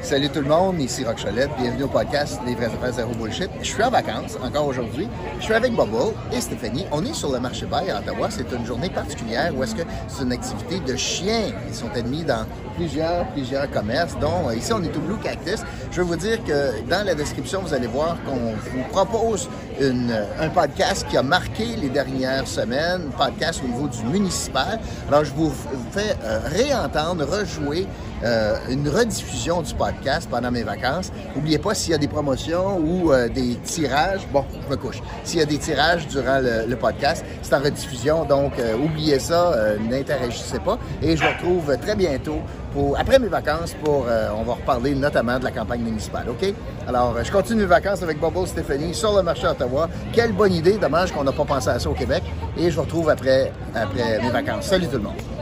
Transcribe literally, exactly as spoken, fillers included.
Salut tout le monde, ici Roch Cholette, bienvenue au podcast Les vraies affaires zéro bullshit. Je suis en vacances, encore aujourd'hui. Je suis avec Bubble et Stéphanie. On est sur le marché Bail à Ottawa. C'est une journée particulière où est-ce que c'est une activité de chiens. Ils sont admis dans plusieurs, plusieurs commerces, dont euh, ici on est au Blue Cactus. Je veux vous dire que dans la description, vous allez voir qu'on vous propose une, un podcast qui a marqué les dernières semaines, un podcast au niveau du municipal. Alors je vous fais euh, réentendre, rejouer euh, une rediffusion du podcast pendant mes vacances. N'oubliez pas, s'il y a des promotions ou euh, des tirages, bon, je me couche. S'il y a des tirages durant le, le podcast, c'est en rediffusion, donc euh, oubliez ça, euh, n'interagissez pas. Et je vous retrouve très bientôt, pour, après mes vacances, pour euh, on va reparler notamment de la campagne municipale, OK? Alors, je continue mes vacances avec Bubble Stéphanie sur le marché Ottawa. Quelle bonne idée, dommage qu'on n'a pas pensé à ça au Québec. Et je vous retrouve après, après mes vacances. Salut tout le monde!